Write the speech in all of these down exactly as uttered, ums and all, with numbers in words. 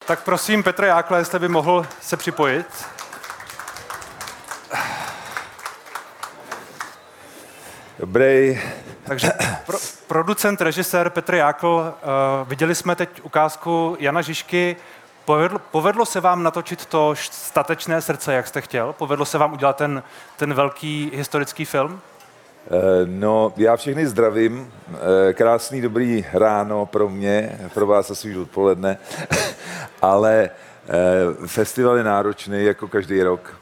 Tak prosím, Petr Jákla, jestli by mohl se připojit. Dobrý. Takže pro, producent, režisér Petr Jákl, uh, viděli jsme teď ukázku Jana Žižky. Povedlo, povedlo se vám natočit to Statečné srdce, jak jste chtěl? Povedlo se vám udělat ten, ten velký historický film? No, já všechny zdravím. Krásný, dobrý ráno pro mě, pro vás asi už odpoledne. Ale festival je náročný, jako každý rok.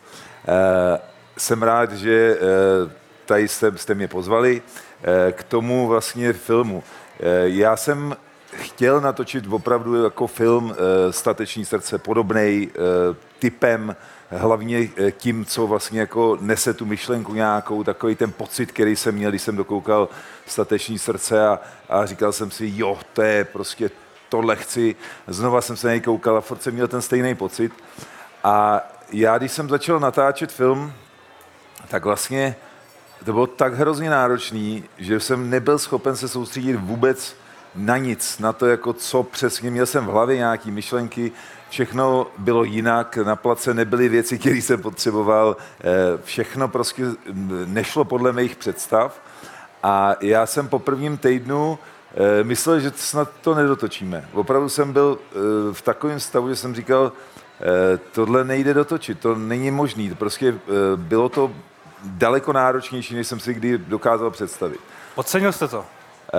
Jsem rád, že tady jste, jste mě pozvali k tomu vlastně filmu. Já jsem chtěl natočit opravdu jako film Stateční srdce, podobnej typem, hlavně tím, co vlastně jako nese tu myšlenku nějakou, takový ten pocit, který jsem měl, když jsem dokoukal Stateční srdce a, a říkal jsem si, jo, to je prostě, tohle chci. Znova jsem se na něj koukal a furt jsem měl ten stejný pocit. A já, když jsem začal natáčet film, tak vlastně to bylo tak hrozně náročný, že jsem nebyl schopen se soustředit vůbec na nic, na to, jako co přesně. Měl jsem v hlavě nějaký myšlenky, všechno bylo jinak, na place nebyly věci, které jsem potřeboval, všechno prostě nešlo podle mých představ a já jsem po prvním týdnu myslel, že snad to nedotočíme. Opravdu jsem byl v takovém stavu, že jsem říkal, tohle nejde dotočit, to není možný, prostě bylo to daleko náročnější, než jsem si kdy dokázal představit. Podcenil jste to?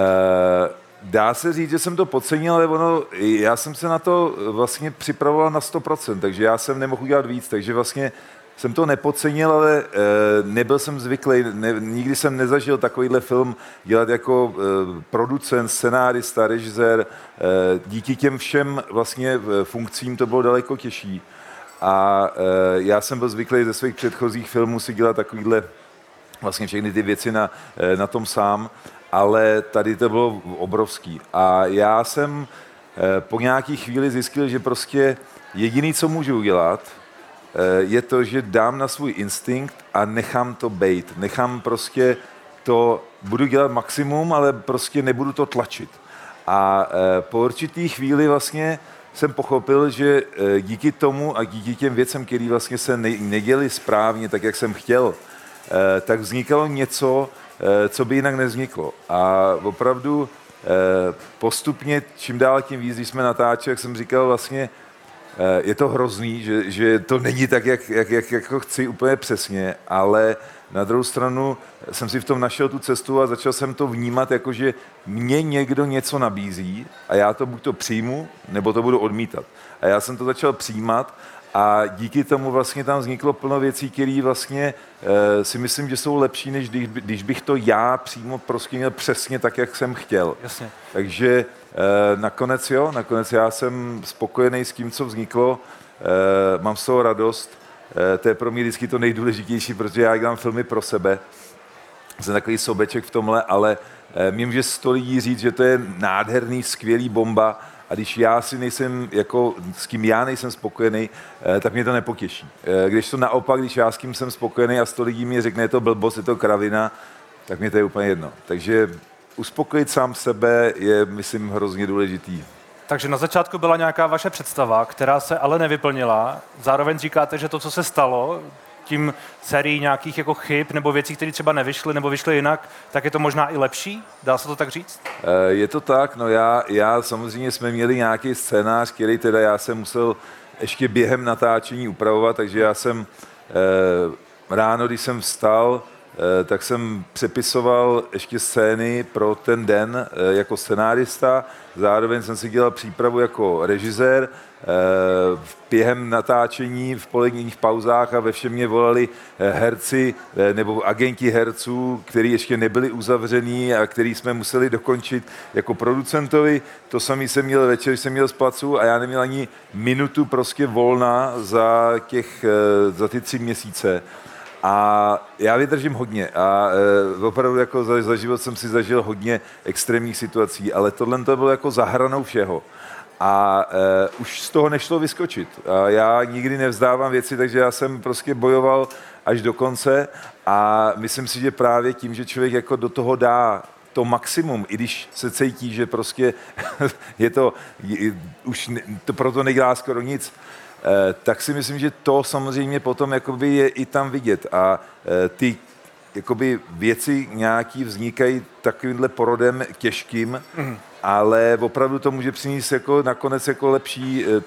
Dá se říct, že jsem to podcenil, ale ono, já jsem se na to vlastně připravoval na sto procent, takže já jsem nemohl udělat víc, takže vlastně jsem to nepodcenil, ale e, nebyl jsem zvyklý, ne, nikdy jsem nezažil takovýhle film dělat jako e, producent, scenárista, režisér. E, díky těm všem vlastně funkcím to bylo daleko těžší. A e, já jsem byl zvyklý ze svých předchozích filmů si dělat takovýhle vlastně všechny ty věci na, na tom sám, ale tady to bylo obrovský. A já jsem po nějaký chvíli zjistil, že prostě jediný, co můžu udělat, je to, že dám na svůj instinkt a nechám to bejt. Nechám prostě to, budu dělat maximum, ale prostě nebudu to tlačit. A po určitý chvíli vlastně jsem pochopil, že díky tomu a díky těm věcem, které vlastně se neděly správně, tak jak jsem chtěl, tak vznikalo něco, co by jinak nevzniklo. A opravdu postupně, čím dál tím víc, když jsme natáčeli, jak jsem říkal, vlastně je to hrozný, že, že to není tak, jak, jak, jak jako chci úplně přesně, ale na druhou stranu jsem si v tom našel tu cestu a začal jsem to vnímat jako, že mě někdo něco nabízí a já to buď to přijmu, nebo to budu odmítat. A já jsem to začal přijímat a díky tomu vlastně tam vzniklo plno věcí, které vlastně e, si myslím, že jsou lepší, než když, když bych to já přímo prostě měl přesně tak, jak jsem chtěl. Jasně. Takže e, nakonec jo, nakonec já jsem spokojený s tím, co vzniklo, e, mám z toho radost, e, to je pro mě vždycky to nejdůležitější, protože já dělám filmy pro sebe, jsem takový sobeček v tomhle, ale e, mím, že sto lidí říct, že to je nádherný, skvělý bomba, a když já si nejsem, jako s kým já nejsem spokojený, tak mě to nepotěší. Když to naopak, když já s kým jsem spokojený a sto lidí mi řekne, je to blbost, je to kravina, tak mě to je úplně jedno. Takže uspokojit sám sebe je, myslím, hrozně důležitý. Takže na začátku byla nějaká vaše představa, která se ale nevyplnila. Zároveň říkáte, že to, co se stalo, tím sérií nějakých jako chyb nebo věcí, které třeba nevyšly nebo vyšly jinak, tak je to možná i lepší? Dá se to tak říct? Je to tak, no já, já samozřejmě jsme měli nějaký scénář, který teda já jsem musel ještě během natáčení upravovat, takže já jsem eh, ráno, když jsem vstal, eh, tak jsem přepisoval ještě scény pro ten den eh, jako scenárista, zároveň jsem si dělal přípravu jako režisér. Během natáčení v poledních pauzách a ve všem mě volali herci nebo agenti herců, kteří ještě nebyli uzavřený a který jsme museli dokončit jako producentovi. To samý jsem měl večer, jsem měl z placu a já neměl ani minutu prostě volna za, těch, za ty tři měsíce. A já vydržím hodně a e, opravdu jako za, za život jsem si zažil hodně extrémních situací, ale tohle to bylo jako za hranou všeho. A e, už z toho nešlo vyskočit. A já nikdy nevzdávám věci, takže já jsem prostě bojoval až do konce a myslím si, že právě tím, že člověk jako do toho dá to to maximum, i když se cítí, že prostě je to, je, už ne, to proto nedělá skoro nic, eh, tak si myslím, že to samozřejmě potom jakoby je i tam vidět a eh, ty jakoby věci nějaký vznikají takovýmhle porodem těžkým, mm. ale opravdu to může přinést jako nakonec jako lepší, eh,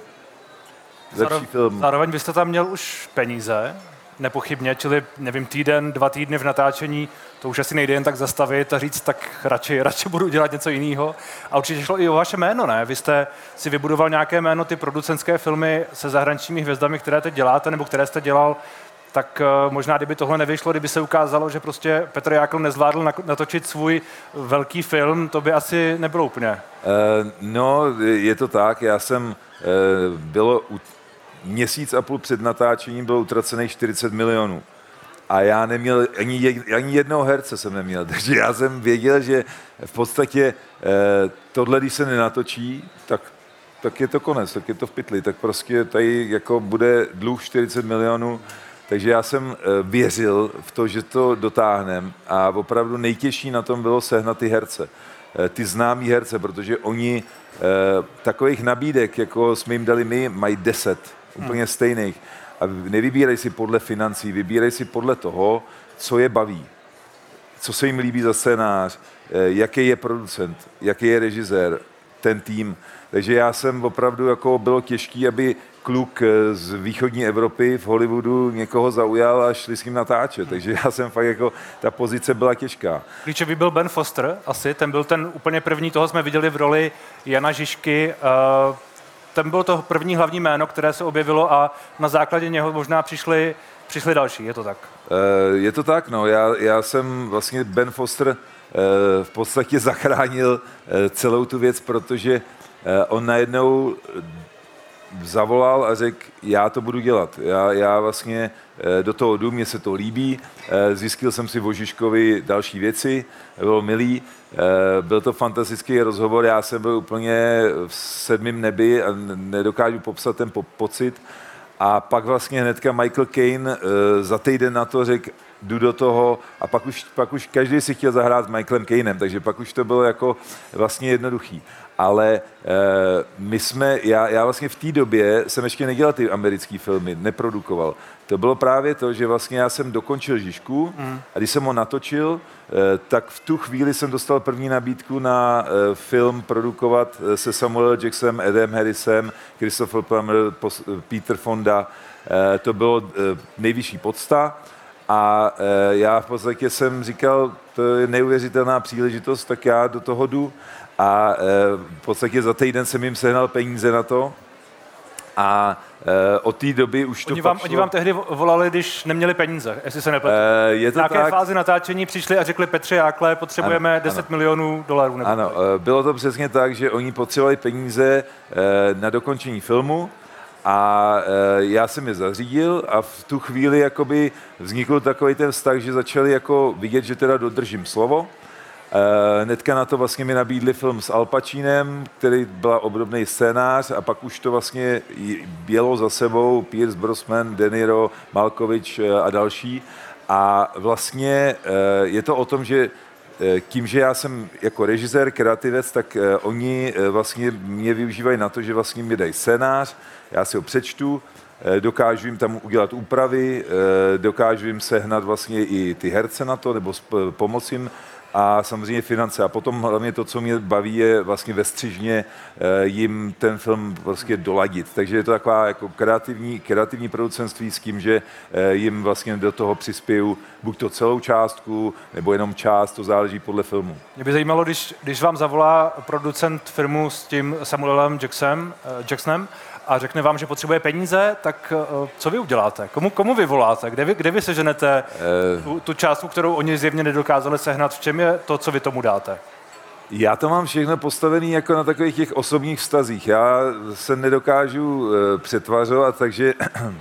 lepší Zároveň, film. Zároveň byste tam měl už peníze, nepochybně, čili nevím, týden, dva týdny v natáčení, to už asi nejde jen tak zastavit a říct, tak radši, radši budu dělat něco jiného. A určitě šlo i o vaše jméno, ne? Vy jste si vybudoval nějaké jméno, ty producentské filmy se zahraničními hvězdami, které teď děláte, nebo které jste dělal, tak uh, možná, kdyby tohle nevyšlo, kdyby se ukázalo, že prostě Petr Jákl nezvládl natočit svůj velký film, to by asi nebylo úplně. Uh, no, je to tak, já jsem, uh, bylo u měsíc a půl před natáčením bylo utracených čtyřicet milionů. A já neměl, ani, jed, ani jednoho herce jsem neměl, takže já jsem věděl, že v podstatě eh, tohle, když se nenatočí, tak, tak je to konec, tak je to v pytli, tak prostě tady jako bude dluh čtyřicet milionů, takže já jsem eh, věřil v to, že to dotáhnem a opravdu nejtěžší na tom bylo sehnat ty herce, eh, ty známý herce, protože oni eh, takových nabídek, jako jsme jim dali my, mají deset, úplně stejných. A nevybírej si podle financí, vybírej si podle toho, co je baví, co se jim líbí za scénář, jaký je producent, jaký je režisér, ten tým. Takže já jsem opravdu, jako bylo těžký, aby kluk z východní Evropy v Hollywoodu někoho zaujal a šli s ním natáčet. Takže já jsem fakt jako, ta pozice byla těžká. Klíčový byl Ben Foster asi, ten byl ten úplně první, toho jsme viděli v roli Jana Žižky. Uh... Ten byl to první hlavní jméno, které se objevilo a na základě něho možná přišli, přišli další, je to tak? Je to tak, no. Já, já jsem vlastně Ben Foster v podstatě zachránil celou tu věc, protože on najednou zavolal a řekl, já to budu dělat. Já, já vlastně do toho jdu, mně se to líbí. Zjistil jsem si o Žižkovi další věci, bylo milý. Byl to fantastický rozhovor, já jsem byl úplně v sedmém nebi a nedokážu popsat ten po- pocit. A pak vlastně hnedka Michael Caine za týden na to řekl, jdu do toho a pak už, pak už každý si chtěl zahrát s Michaelem Cainem, takže pak už to bylo jako vlastně jednoduchý. Ale e, my jsme, já, já vlastně v té době jsem ještě nedělal ty americké filmy, neprodukoval. To bylo právě to, že vlastně já jsem dokončil Žižku mm. a když jsem ho natočil, e, tak v tu chvíli jsem dostal první nabídku na e, film produkovat se Samuel Jacksonem, Edem Harrisem, Christopher Plummer, Peter Fonda. E, to bylo e, nejvyšší podsta. A e, já v podstatě jsem říkal, to je neuvěřitelná příležitost, tak já do toho jdu. A e, v podstatě za týden jsem jim sehnal peníze na to. A e, od té doby už to oni vám, šlo. Oni vám tehdy volali, když neměli peníze, jestli se nepletu. E, je to v nějaké tak. fázi natáčení přišli a řekli, Petře Jákle, potřebujeme ano, deset ano. milionů dolarů. Nebo ano, e, bylo to přesně tak, že oni potřebovali peníze e, na dokončení filmu. A e, já jsem je zařídil a v tu chvíli jakoby vznikl takový ten vztah, že začali jako vidět, že teda dodržím slovo. E, hnedka na to vlastně mi nabídli film s Al Pacinem, který byl obdobný scénář a pak už to vlastně jelo za sebou Pierce Brosnan, De Niro, Malkovich a další. A vlastně e, je to o tom, že tím, že já jsem jako režisér, kreativec, tak uh, oni uh, vlastně mě využívají na to, že vlastně mi dají scénář, já si ho přečtu, uh, dokážu jim tam udělat úpravy, uh, dokážu jim sehnat vlastně i ty herce na to, nebo sp- pomoct jim a samozřejmě finance. A potom hlavně to, co mě baví, je vlastně ve střižně uh, jim ten film prostě doladit. Takže je to taková jako kreativní, kreativní producentství s tím, že uh, jim vlastně do toho přispěju buď to celou částku, nebo jenom část, to záleží podle filmu. Mě by zajímalo, když, když vám zavolá producent filmu s tím Samuelem Jacksonem, uh, Jacksonem a řekne vám, že potřebuje peníze, tak uh, co vy uděláte? Komu, komu vy voláte? Kde vy, kde vy seženete uh, tu, tu částku, kterou oni zjevně nedokázali sehnat? V čem je to, co vy tomu dáte? Já to mám všechno postavené jako na takových těch osobních vztazích. Já se nedokážu uh, přetvařovat, takže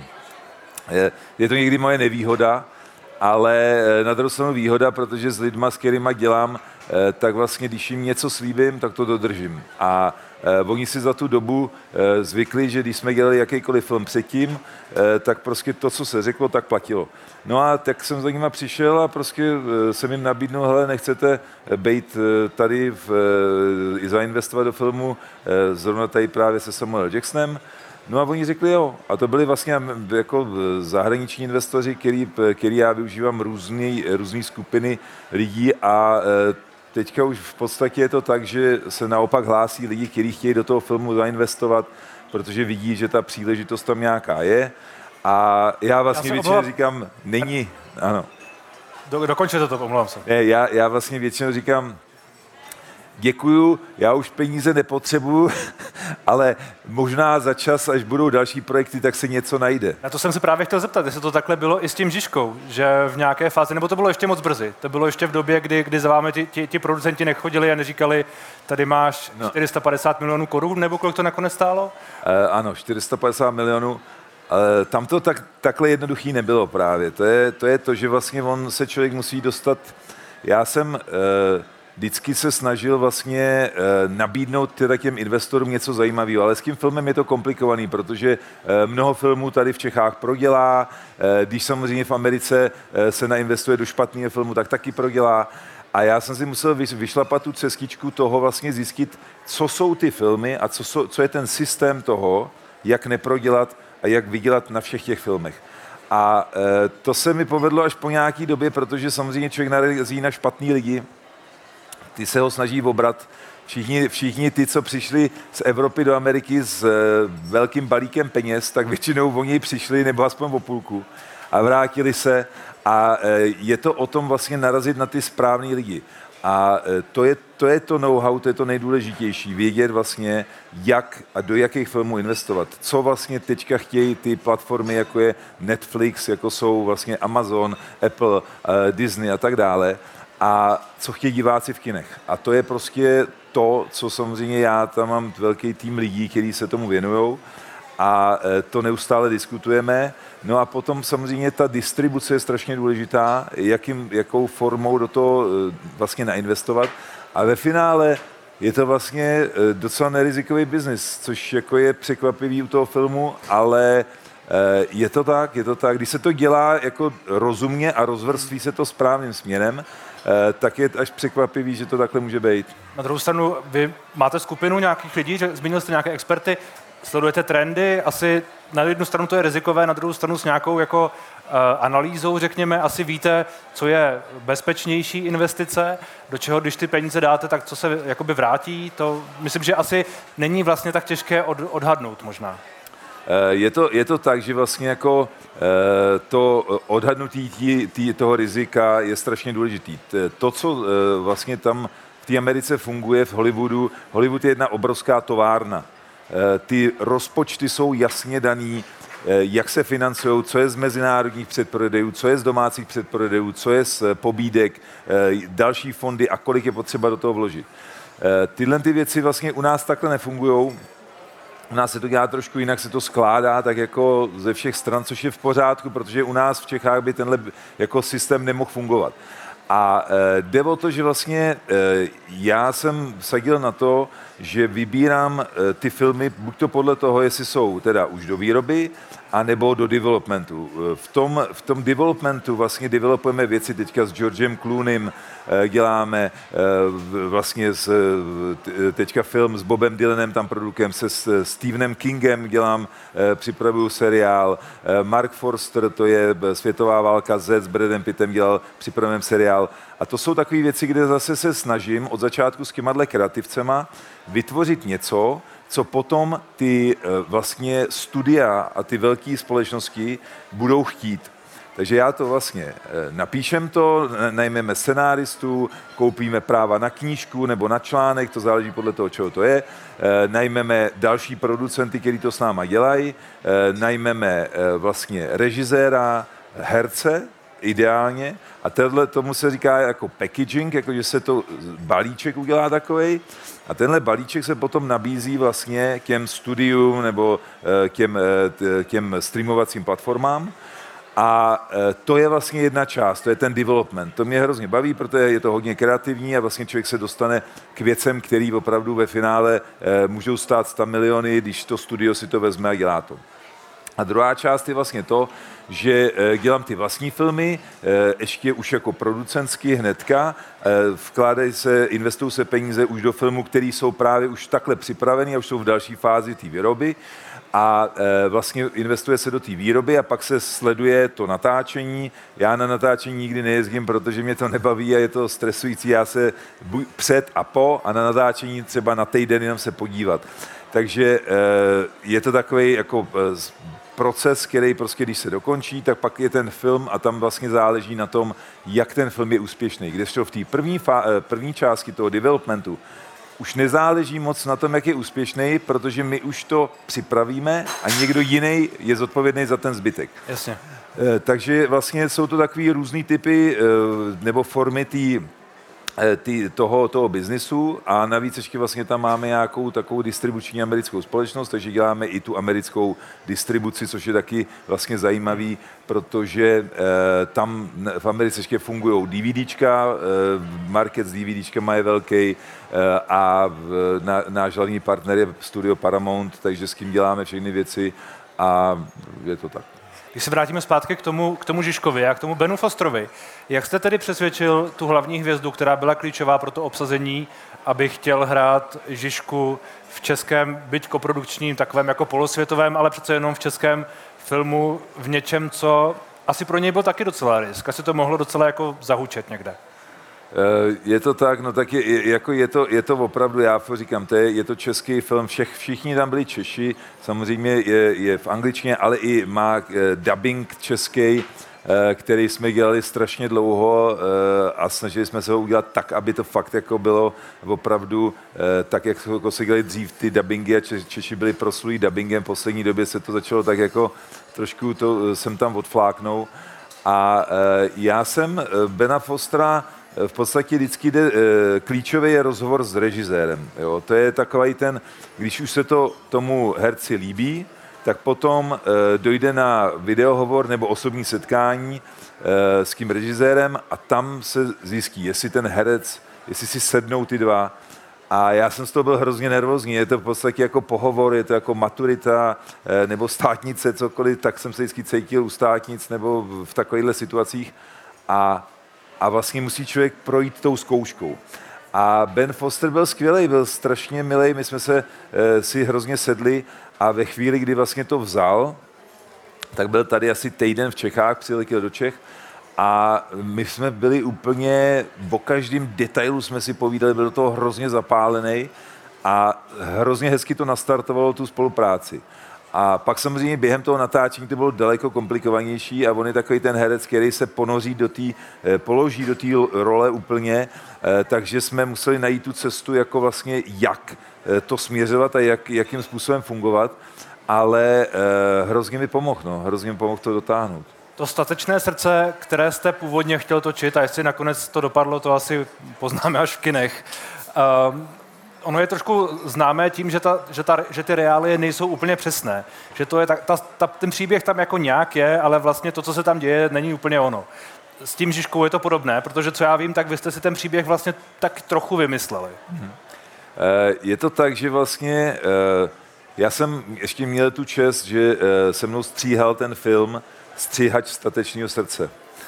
je, je to někdy moje nevýhoda, ale na druhou stranu výhoda, protože s lidma, s kterýma dělám, tak vlastně, když jim něco slíbím, tak to dodržím. A Oni si za tu dobu zvykli, že když jsme dělali jakýkoliv film předtím, tak prostě to, co se řeklo, tak platilo. No a tak jsem za nima přišel a prostě jsem jim nabídnul, hele, nechcete být tady v, i zainvestovat do filmu, zrovna tady právě se Samuel Jacksonem. No a oni řekli jo. A to byli vlastně jako zahraniční investoři, který, který já využívám různý, různý skupiny lidí a teďka už v podstatě je to tak, že se naopak hlásí lidi, kteří chtějí do toho filmu zainvestovat, protože vidí, že ta příležitost tam nějaká je. A já vlastně já většinou říkám, není, ano. Do, dokončete to, omlouvám se. Ne, já, já vlastně většinou říkám, děkuju, já už peníze nepotřebuju, ale možná za čas, až budou další projekty, tak se něco najde. Na to jsem se právě chtěl zeptat, jestli to takhle bylo i s tím Žižkou, že v nějaké fázi, nebo to bylo ještě moc brzy, to bylo ještě v době, kdy, kdy za vámi ti, ti, ti producenti nechodili a neříkali, tady máš no. čtyři sta padesát milionů korun, nebo kolik to nakonec stálo? E, ano, čtyři sta padesát milionů. E, tam to tak, takhle jednoduchý nebylo právě. To je, to je to, že vlastně on se člověk musí dostat. Já jsem e, vždycky se snažil vlastně e, nabídnout teda těm investorům něco zajímavého, ale s tím filmem je to komplikovaný, protože e, mnoho filmů tady v Čechách prodělá, e, když samozřejmě v Americe e, se nainvestuje do špatného filmu, tak taky prodělá. A já jsem si musel vyšlapat tu cestičku toho vlastně zjistit, co jsou ty filmy a co, jsou, co je ten systém toho, jak neprodělat a jak vydělat na všech těch filmech. A e, to se mi povedlo až po nějaký době, protože samozřejmě člověk narazí na špatný lidi, ty se ho snaží obrat. Všichni, všichni ty, co přišli z Evropy do Ameriky s e, velkým balíkem peněz, tak většinou oni přišli, nebo aspoň o půlku, a vrátili se. A e, je to o tom vlastně narazit na ty správný lidi. A e, to je to, je to know-how, to je to nejdůležitější. Vědět vlastně, jak a do jakých filmů investovat. Co vlastně teďka chtějí ty platformy, jako je Netflix, jako jsou vlastně Amazon, Apple, e, Disney a tak dále. A co chtějí diváci v kinech. A to je prostě to, co samozřejmě já tam mám velký tým lidí, kteří se tomu věnujou. A to neustále diskutujeme. No a potom samozřejmě ta distribuce je strašně důležitá, jakým, jakou formou do toho vlastně nainvestovat. A ve finále je to vlastně docela nerizikový biznis, což jako je překvapivý u toho filmu, ale je to tak, je to tak. Když se to dělá jako rozumně a rozvrství se to správným směrem, tak je až překvapivý, že to takhle může být. Na druhou stranu, vy máte skupinu nějakých lidí, že zmínil jste nějaké experty, sledujete trendy, asi na jednu stranu to je rizikové, na druhou stranu s nějakou jako uh, analýzou, řekněme, asi víte, co je bezpečnější investice, do čeho, když ty peníze dáte, tak co se jakoby vrátí. To myslím, že asi není vlastně tak těžké od, odhadnout možná. Je to, je to tak, že vlastně jako to odhadnutí tí, tí, toho rizika je strašně důležitý. To, co vlastně tam v té Americe funguje v Hollywoodu, Hollywood je jedna obrovská továrna. Ty rozpočty jsou jasně daný, jak se financují, co je z mezinárodních předprodejů, co je z domácích předprodejů, co je z pobídek, další fondy a kolik je potřeba do toho vložit. Tyhle ty věci vlastně u nás takhle nefungujou. U nás se to dělá trošku jinak, se to skládá tak jako ze všech stran, což je v pořádku, protože u nás v Čechách by tenhle jako systém nemohl fungovat. A e, jde o to, že vlastně e, já jsem vsadil na to, že vybírám e, ty filmy buď to podle toho, jestli jsou teda už do výroby, anebo do developmentu. V tom, v tom developmentu vlastně developujeme věci teďka s Georgem Clooneym, e, děláme e, vlastně s, e, teďka film s Bobem Dylanem, tam produkem, se s Stephenem Kingem dělám, e, připravuju seriál. E, Mark Forster, to je Světová válka Z, s Bradem Pittem dělal, připravujeme seriál. A to jsou takové věci, kde zase se snažím od začátku s těma kreativcema vytvořit něco, co potom ty vlastně studia a ty velké společnosti budou chtít. Takže já to vlastně napíšem to, najmeme scenáristů, koupíme práva na knížku nebo na článek, to záleží podle toho, čeho to je, najmeme další producenty, kteří to s náma dělají, najmeme vlastně režiséra, herce, ideálně. A tenhle tomu se říká jako packaging, jako že se to balíček udělá takovej. A tenhle balíček se potom nabízí vlastně k těm studium nebo k těm, k těm streamovacím platformám. A to je vlastně jedna část, to je ten development. To mě hrozně baví, protože je to hodně kreativní a vlastně člověk se dostane k věcem, který opravdu ve finále můžou stát sto miliony, když to studio si to vezme a dělá to. A druhá část je vlastně to, že dělám ty vlastní filmy, ještě už jako producentsky hnedka, vkládají se, investují se peníze už do filmů, které jsou právě už takhle připravený a už jsou v další fázi té výroby. A e, vlastně investuje se do té výroby a pak se sleduje to natáčení. Já na natáčení nikdy nejezdím, protože mě to nebaví a je to stresující. Já se buď před a po a na natáčení třeba na týden jenom se podívat. Takže e, je to takový jako e, proces, který prostě, když se dokončí, tak pak je ten film a tam vlastně záleží na tom, jak ten film je úspěšný. Kdežto v té první, fa- první části toho developmentu už nezáleží moc na tom, jak je úspěšný, protože my už to připravíme a někdo jiný je zodpovědný za ten zbytek. Jasně. E, takže vlastně jsou to takový různý typy e, nebo formy tý, Tý, toho, toho biznisu a navíc ještě vlastně tam máme nějakou takovou distribuční americkou společnost, takže děláme i tu americkou distribuci, což je taky vlastně zajímavý, protože e, tam v Americe ještě fungují DVDčka, e, market s DVDčkama je velký e, a na, náš hlavní partner je studio Paramount, takže s kým děláme všechny věci a je to tak. Když se vrátíme zpátky k tomu, k tomu Žižkovi a k tomu Benu Fosterovi, jak jste tedy přesvědčil tu hlavní hvězdu, která byla klíčová pro to obsazení, aby chtěl hrát Žižku v českém, byť koprodukčním, takovém jako polosvětovém, ale přece jenom v českém filmu v něčem, co asi pro něj byl taky docela risk. Asi to mohlo docela jako zahučet někde. Je to tak, no tak je, jako je, to, je to opravdu, já říkám, to je, je to český film, všech, všichni tam byli Češi, samozřejmě je, je v angličtině, ale i má uh, dubbing český, uh, který jsme dělali strašně dlouho uh, a snažili jsme se ho udělat tak, aby to fakt jako bylo opravdu uh, tak, jak jako se dělali dřív ty dubbingy a Če, Češi byli proslulí dubbingem, v poslední době se to začalo tak jako trošku to uh, jsem tam odfláknul a uh, já jsem uh, Bena Fostera v podstatě vždycky jde, e, klíčový je rozhovor s režisérem. Jo? To je takový ten, když už se to tomu herci líbí, tak potom e, dojde na videohovor nebo osobní setkání e, s tím režisérem a tam se zjistí, jestli ten herec, jestli si sednou ty dva. A já jsem z toho byl hrozně nervózní. Je to v podstatě jako pohovor, je to jako maturita e, nebo státnice, cokoliv, tak jsem se vždycky cítil u státnic nebo v takovýchhle situacích. A A vlastně musí člověk projít tou zkouškou. A Ben Foster byl skvělý, byl strašně milý, my jsme se e, si hrozně sedli a ve chvíli, kdy vlastně to vzal, tak byl tady asi týden v Čechách, přiletěl do Čech a my jsme byli úplně, o každém detailu jsme si povídali, byl do toho hrozně zapálený a hrozně hezky to nastartovalo tu spolupráci. A pak samozřejmě během toho natáčení to bylo daleko komplikovanější a on je takový ten herec, který se ponoří do té, položí do té role úplně, takže jsme museli najít tu cestu, jako vlastně jak to směřovat a jak, jakým způsobem fungovat, ale hrozně mi pomohl, no, hrozně mi pomohl to dotáhnout. To statečné srdce, které jste původně chtěl točit a jestli nakonec to dopadlo, to asi poznáme až v kinech. Um, Ono je trošku známé tím, že, ta, že, ta, že ty reálie nejsou úplně přesné. Že to je ta, ta, ta, ten příběh tam jako nějak je, ale vlastně to, co se tam děje, není úplně ono. S tím Žižkou je to podobné, protože co já vím, tak vy jste si ten příběh vlastně tak trochu vymysleli. Hmm. Je to tak, že vlastně já jsem ještě měl tu čest, že se mnou stříhal ten film Stříhač statečného srdce.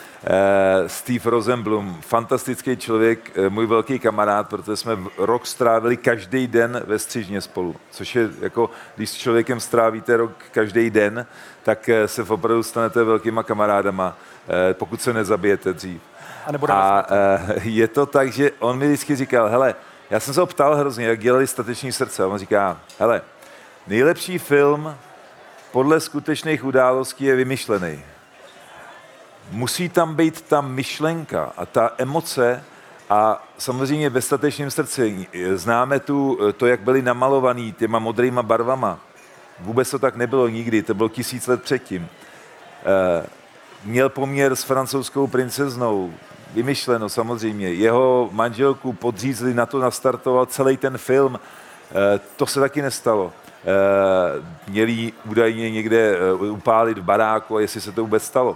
Steve Rosenblum, fantastický člověk, můj velký kamarád, protože jsme rok strávili každý den ve střižně spolu, což je jako, když s člověkem strávíte rok každý den, tak se opravdu stanete velkýma kamarádama, pokud se nezabijete dřív. A, A je to tak, že on mi vždycky říkal, hele, já jsem se ho ptal hrozně, jak dělali Stateční srdce, a on říká, hele, nejlepší film podle skutečných událostí je vymyšlený. Musí tam být ta myšlenka a ta emoce a samozřejmě ve Statečném srdci známe tu, to, jak byli namalovaný těma modrýma barvama. Vůbec to tak nebylo nikdy, to bylo tisíc let předtím. E, měl poměr s francouzskou princeznou, vymyšleno samozřejmě. Jeho manželku podřízli, na to nastartoval celý ten film. E, to se taky nestalo. E, měli údajně někde upálit v baráku a jestli se to vůbec stalo.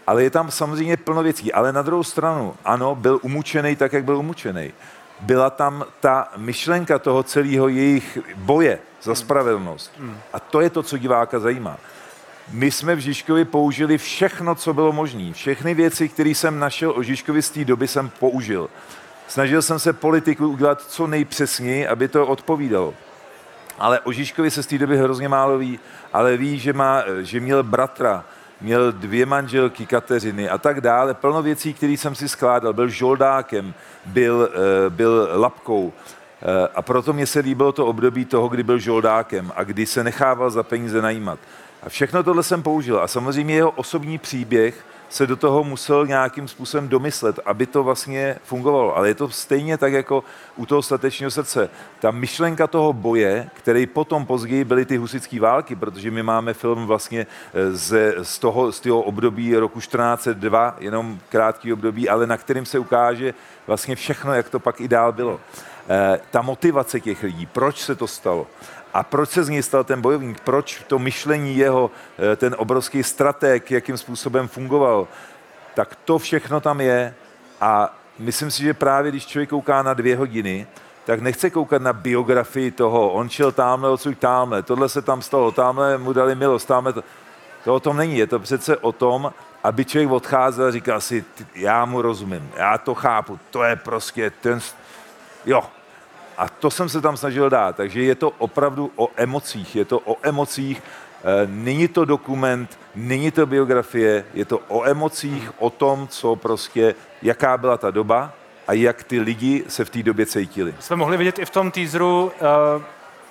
ale je tam samozřejmě plno věcí. Ale na druhou stranu, ano, byl umučený tak, jak byl umučený. Byla tam ta myšlenka toho celého jejich boje za spravedlnost. A to je to, co diváka zajímá. My jsme v Žižkovi použili všechno, co bylo možné. Všechny věci, které jsem našel o Žižkovi z té doby, jsem použil. Snažil jsem se politiku udělat co nejpřesněji, aby to odpovídalo. Ale o Žižkovi se z té doby hrozně málo ví, ale ví, že, má, že měl bratra, měl dvě manželky, Kateřiny a tak dále. Plno věcí, které jsem si skládal. Byl žoldákem, byl, byl lapkou. A proto mě se líbilo to období toho, kdy byl žoldákem a kdy se nechával za peníze najímat. A všechno tohle jsem použil. A samozřejmě jeho osobní příběh se do toho musel nějakým způsobem domyslet, aby to vlastně fungovalo. Ale je to stejně tak jako u toho statečného srdce. Ta myšlenka toho boje, který potom později byly ty husitské války, protože my máme film vlastně z, z, toho, z toho období roku čtrnáct set dva, jenom krátký období, ale na kterým se ukáže vlastně všechno, jak to pak i dál bylo. E, ta motivace těch lidí, proč se to stalo. A proč se z něj stal ten bojovník? Proč to myšlení jeho, ten obrovský stratég, jakým způsobem fungoval? Tak to všechno tam je a myslím si, že právě když člověk kouká na dvě hodiny, tak nechce koukat na biografii toho, on šel tamhle, odsud tamhle, tohle se tam stalo, tamhle mu dali milost, tamhle to. To o tom není, je to přece o tom, aby člověk odcházel a říkal si, já mu rozumím, já to chápu, to je prostě ten, jo. A to jsem se tam snažil dát, takže je to opravdu o emocích, je to o emocích, e, není to dokument, není to biografie, je to o emocích, o tom, co prostě, jaká byla ta doba a jak ty lidi se v té době cítili. Jsme mohli vidět i v tom teaseru uh,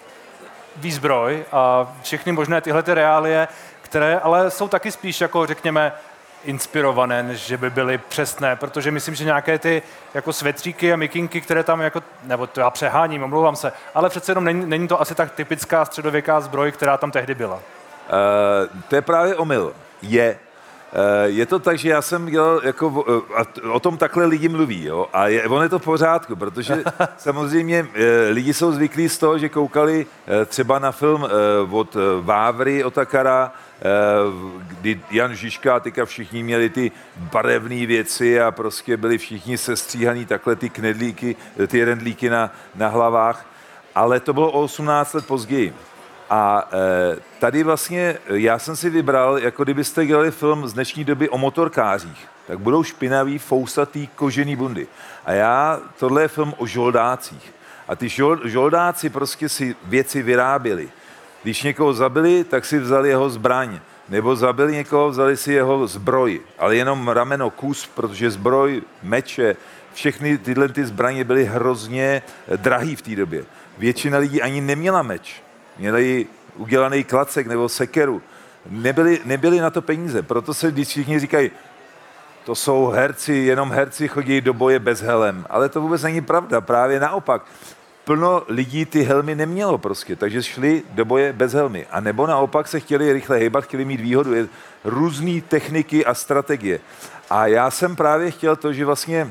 výzbroj a všechny možné tyhle ty reálie, které ale jsou taky spíš jako, řekněme, inspirované, než že by byly přesné, protože myslím, že nějaké ty jako svetříky a mikinky, které tam jako, nebo to já přeháním, omlouvám se, ale přece jenom není, není to asi tak typická středověká zbroj, která tam tehdy byla. Uh, to je právě omyl. Je. Uh, je to tak, že já jsem dělal, jako, uh, a o tom takhle lidi mluví, jo, a je, on je to v pořádku, protože samozřejmě uh, lidi jsou zvyklí z toho, že koukali uh, třeba na film uh, od uh, Vávry Otakara, kdy Jan Žižka a teďka všichni měli ty barevné věci a prostě byli všichni sestříhaný takhle ty knedlíky, ty rendlíky na, na hlavách, ale to bylo o osmnáct let později. A e, tady vlastně já jsem si vybral, jako kdybyste dělali film z dnešní doby o motorkářích, tak budou špinavý, fousatý, kožený bundy. A já, tohle je film o žoldácích. A ty žol, žoldáci prostě si věci vyráběli. Když někoho zabili, tak si vzali jeho zbraň. Nebo zabili někoho, vzali si jeho zbroj. Ale jenom rameno, kus, protože zbroj, meče, všechny tyhle ty zbraně byly hrozně drahý v té době. Většina lidí ani neměla meč. Měli udělaný klacek nebo sekeru. Nebyli, nebyli na to peníze. Proto se když všichni říkají, to jsou herci, jenom herci chodí do boje bez helem. Ale to vůbec není pravda, právě naopak. Plno lidí ty helmy nemělo prostě, takže šli do boje bez helmy. A nebo naopak se chtěli rychle hejbat, chtěli mít výhodu. Je různý techniky a strategie. A já jsem právě chtěl to, že vlastně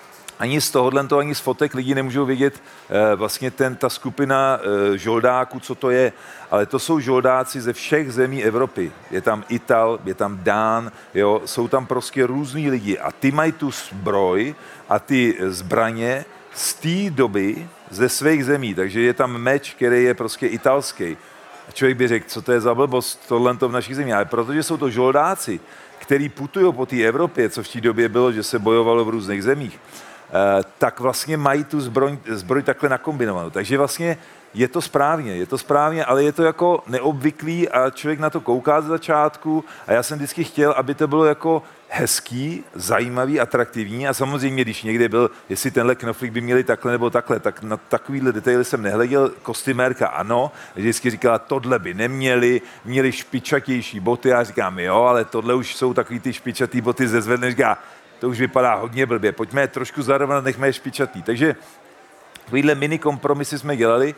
ani z tohohle, ani z fotek lidi nemůžou vědět eh, vlastně ten, ta skupina eh, žoldáků, co to je. Ale to jsou žoldáci ze všech zemí Evropy. Je tam Ital, je tam Dán, jo, jsou tam prostě různý lidi. A ty mají tu zbroj a ty zbraně z té doby ze svých zemí, takže je tam meč, který je prostě italský. A člověk by řekl, co to je za blbost, tohle to v našich zemích. Ale protože jsou to žoldáci, který putují po té Evropě, co v té době bylo, že se bojovalo v různých zemích, eh, tak vlastně mají tu zbroj, zbroj takhle nakombinovanou. Takže vlastně je to správně, je to správně, ale je to jako neobvyklý a člověk na to kouká z začátku a já jsem vždycky chtěl, aby to bylo jako hezký, zajímavý, atraktivní a samozřejmě, když někde byl, jestli tenhle knoflík by měli takhle nebo takhle, tak na takovýhle detaily jsem nehleděl. Kostymérka ano, vždycky říkala, tohle by neměli, měli špičatější boty, já říkám, jo, ale tohle už jsou takový ty špičatý boty ze zvedne, říká, to už vypadá hodně blbě, pojďme je trošku zarovnat, nechme je špičatý. Takže takovýhle mini kompromisy jsme dělali,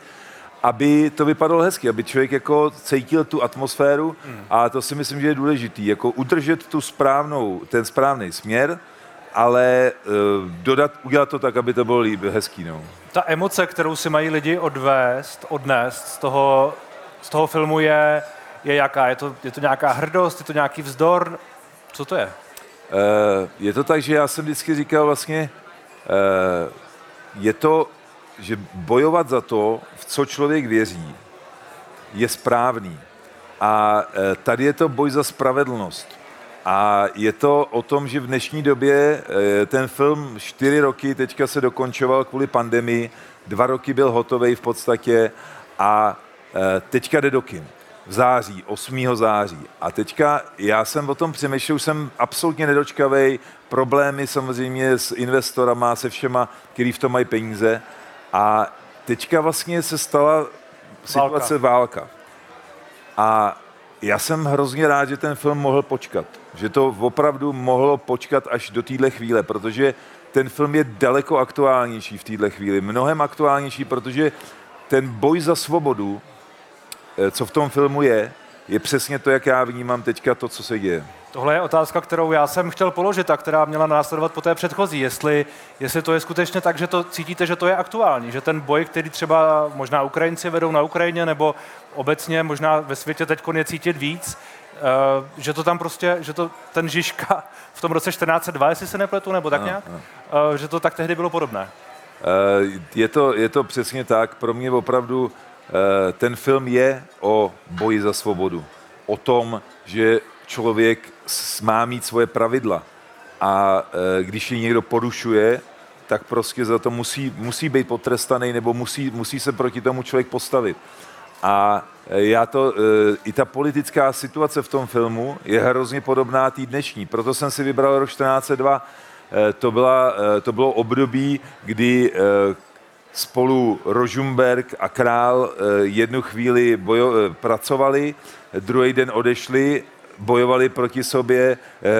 aby to vypadalo hezky, aby člověk jako cítil tu atmosféru hmm. a to si myslím, že je důležitý, jako udržet tu správnou, ten správný směr, ale uh, dodat, udělat to tak, aby to bylo líb, hezký. No. Ta emoce, kterou si mají lidi odvést, odnést z toho, z toho filmu je, je jaká? Je to, je to nějaká hrdost, je to nějaký vzdor? Co to je? Je to tak, že já jsem vždycky říkal vlastně, je to, že bojovat za to, v co člověk věří, je správný. A tady je to boj za spravedlnost. A je to o tom, že v dnešní době ten film čtyři roky teďka se dokončoval kvůli pandemii, dva roky byl hotovej v podstatě a teďka jde do kin. V září, osmého září. A teďka já jsem o tom přemýšlel, jsem absolutně nedočkavej, problémy samozřejmě s investorama, se všema, který v tom mají peníze. A teďka vlastně se stala situace válka. válka. A já jsem hrozně rád, že ten film mohl počkat. Že to opravdu mohlo počkat až do téhle chvíle, protože ten film je daleko aktuálnější v téhle chvíli. Mnohem aktuálnější, protože ten boj za svobodu, co v tom filmu je, je přesně to, jak já vnímám teďka to, co se děje. Tohle je otázka, kterou já jsem chtěl položit a která měla následovat po té předchozí. Jestli, jestli to je skutečně tak, že to cítíte, že to je aktuální, že ten boj, který třeba možná Ukrajinci vedou na Ukrajině nebo obecně možná ve světě teď je cítit víc, uh, že to tam prostě, že to ten Žižka v tom roce čtrnáct set dva, jestli se nepletu, nebo tak no, nějak, no. Uh, že to tak tehdy bylo podobné. Uh, je to, je to přesně tak. Pro mě opravdu uh, ten film je o boji za svobodu. O tom, že člověk má mít svoje pravidla a e, když je někdo porušuje, tak prostě za to musí, musí být potrestaný nebo musí, musí se proti tomu člověk postavit. A e, já to, e, i ta politická situace v tom filmu je hrozně podobná té dnešní. Proto jsem si vybral rok čtrnáct set dva. E, to, byla, e, to bylo období, kdy e, spolu Rožmberk a Král e, jednu chvíli bojo, e, pracovali, druhý den odešli, bojovali proti sobě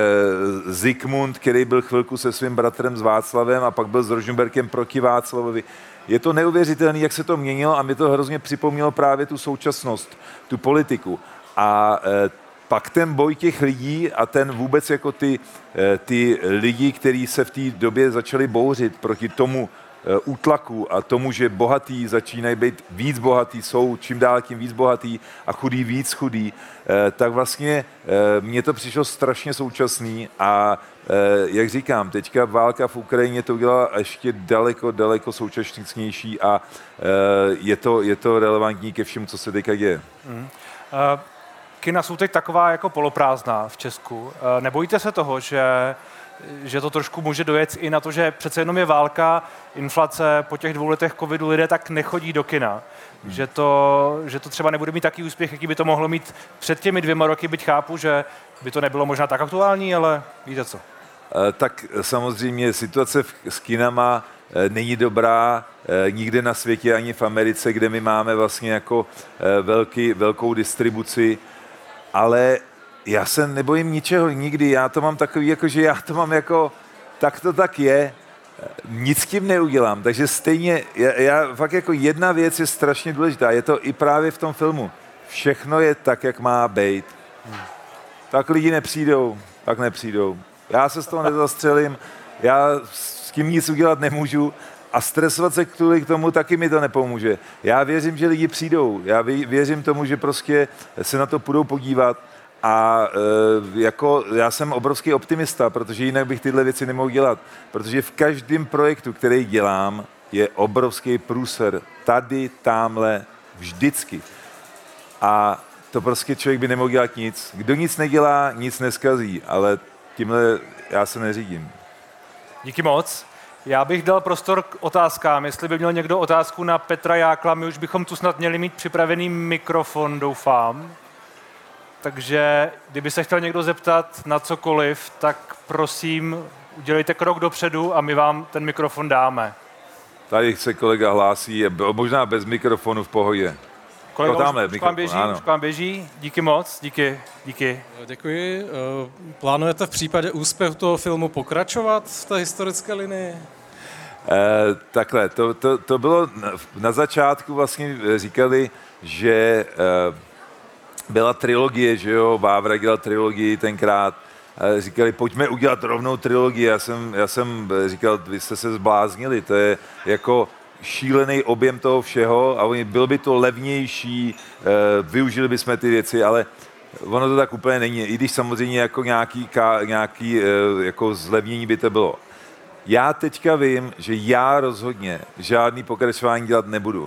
e, Zikmund, který byl chvilku se svým bratrem s Václavem a pak byl s Rožmberkem proti Václavovi. Je to neuvěřitelné, jak se to měnilo a mi to hrozně připomnělo právě tu současnost, tu politiku. A e, pak ten boj těch lidí a ten vůbec jako ty, e, ty lidi, kteří se v té době začali bouřit proti tomu e, útlaku a tomu, že bohatí začínají být víc bohatí, jsou čím dál tím víc bohatí a chudí víc chudí, e, tak vlastně e, mně to přišlo strašně současný a e, jak říkám, teďka válka v Ukrajině to udělala ještě daleko, daleko současnější a e, je, to, je to relevantní ke všemu, co se teďka děje. Mm. Uh... Kina jsou teď taková jako poloprázdná v Česku. Nebojíte se toho, že, že to trošku může dojet i na to, že přece jenom je válka, inflace, po těch dvou letech covidu lidé tak nechodí do kina, hmm. že, to, že to třeba nebude mít taký úspěch, jaký by to mohlo mít před těmi dvěma roky, byť chápu, že by to nebylo možná tak aktuální, ale víte co? Tak samozřejmě situace s kinama není dobrá nikde na světě, ani v Americe, kde my máme vlastně jako velký, velkou distribuci. Ale já se nebojím ničeho nikdy, já to mám takový, jako že já to mám jako, tak to tak je, nic s tím neudělám, takže stejně, já, já fakt jako jedna věc je strašně důležitá, je to i právě v tom filmu, všechno je tak, jak má být. Hmm. Tak lidi nepřijdou, tak nepřijdou. Já se z toho nezastřelím, já s tím nic udělat nemůžu a stresovat se kvůli k tomu taky mi to nepomůže. Já věřím, že lidi přijdou. Já věřím tomu, že prostě se na to půjdou podívat a e, jako já jsem obrovský optimista, protože jinak bych tyhle věci nemohl dělat. Protože v každém projektu, který dělám, je obrovský průser. Tady, támhle, vždycky. A to prostě člověk by nemohl dělat nic. Kdo nic nedělá, nic neskazí, ale tímhle já se neřídím. Díky moc. Já bych dal prostor k otázkám. Jestli by měl někdo otázku na Petra Jákla, my už bychom tu snad měli mít připravený mikrofon, doufám. Takže kdyby se chtěl někdo zeptat na cokoliv, tak prosím, udělejte krok dopředu a my vám ten mikrofon dáme. Tady se kolega hlásí, je možná bez mikrofonu v pohodě. Kolega, no, tamhle, už, už, vám běží, už vám běží, díky moc, díky, díky. Děkuji. Plánujete v případě úspěchu toho filmu pokračovat v té historické linii? Eh, takhle, to, to, to bylo na začátku vlastně říkali, že eh, byla trilogie, že jo, Vávra dělal trilogii tenkrát, eh, říkali, pojďme udělat rovnou trilogii, já jsem, já jsem říkal, vy jste se zbláznili, to je jako šílený objem toho všeho a bylo by to levnější, využili bychom ty věci, ale ono to tak úplně není, i když samozřejmě jako nějaký, nějaký jako zlevnění by to bylo. Já teďka vím, že já rozhodně žádný pokračování dělat nebudu.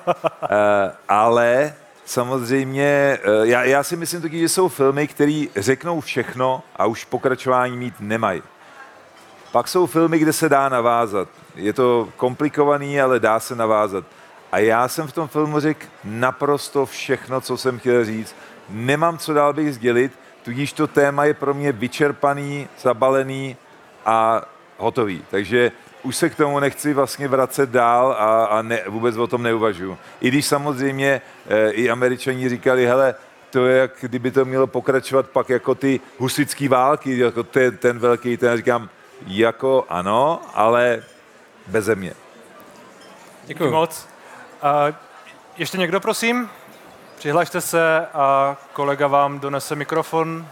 Ale samozřejmě, já, já si myslím taky, že jsou filmy, které řeknou všechno a už pokračování mít nemají. Pak jsou filmy, kde se dá navázat. Je to komplikovaný, ale dá se navázat. A já jsem v tom filmu řekl naprosto všechno, co jsem chtěl říct. Nemám co dál bych sdělit, tudíž to téma je pro mě vyčerpaný, zabalený a hotový. Takže už se k tomu nechci vlastně vracet dál a, a ne, vůbec o tom neuvažuji. I když samozřejmě e, i Američani říkali, hele, to je, jak kdyby to mělo pokračovat pak jako ty husitský války, jako ten, ten velký, ten říkám, jako ano, ale beze mě. Děkuji moc. Uh, ještě někdo, prosím? Přihlašte se a kolega vám donese mikrofon.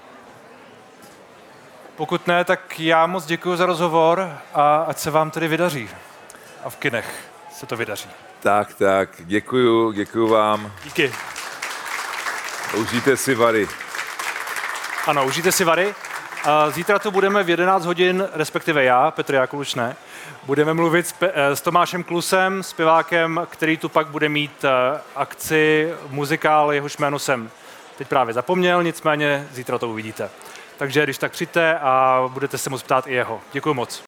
Pokud ne, tak já moc děkuji za rozhovor a ať se vám tedy vydaří. A v kinech se to vydaří. Tak, tak, děkuju, děkuju vám. Díky. Užijte si Vary. Ano, užijte si Vary. Zítra tu budeme v jedenáct hodin, respektive já, Petr Jákul už ne, budeme mluvit s, Pe- s Tomášem Klusem, zpěvákem, který tu pak bude mít akci, muzikál, jehož jméno jsem teď právě zapomněl, nicméně zítra to uvidíte. Takže když tak přijďte a budete se moct ptát i jeho. Děkuji moc.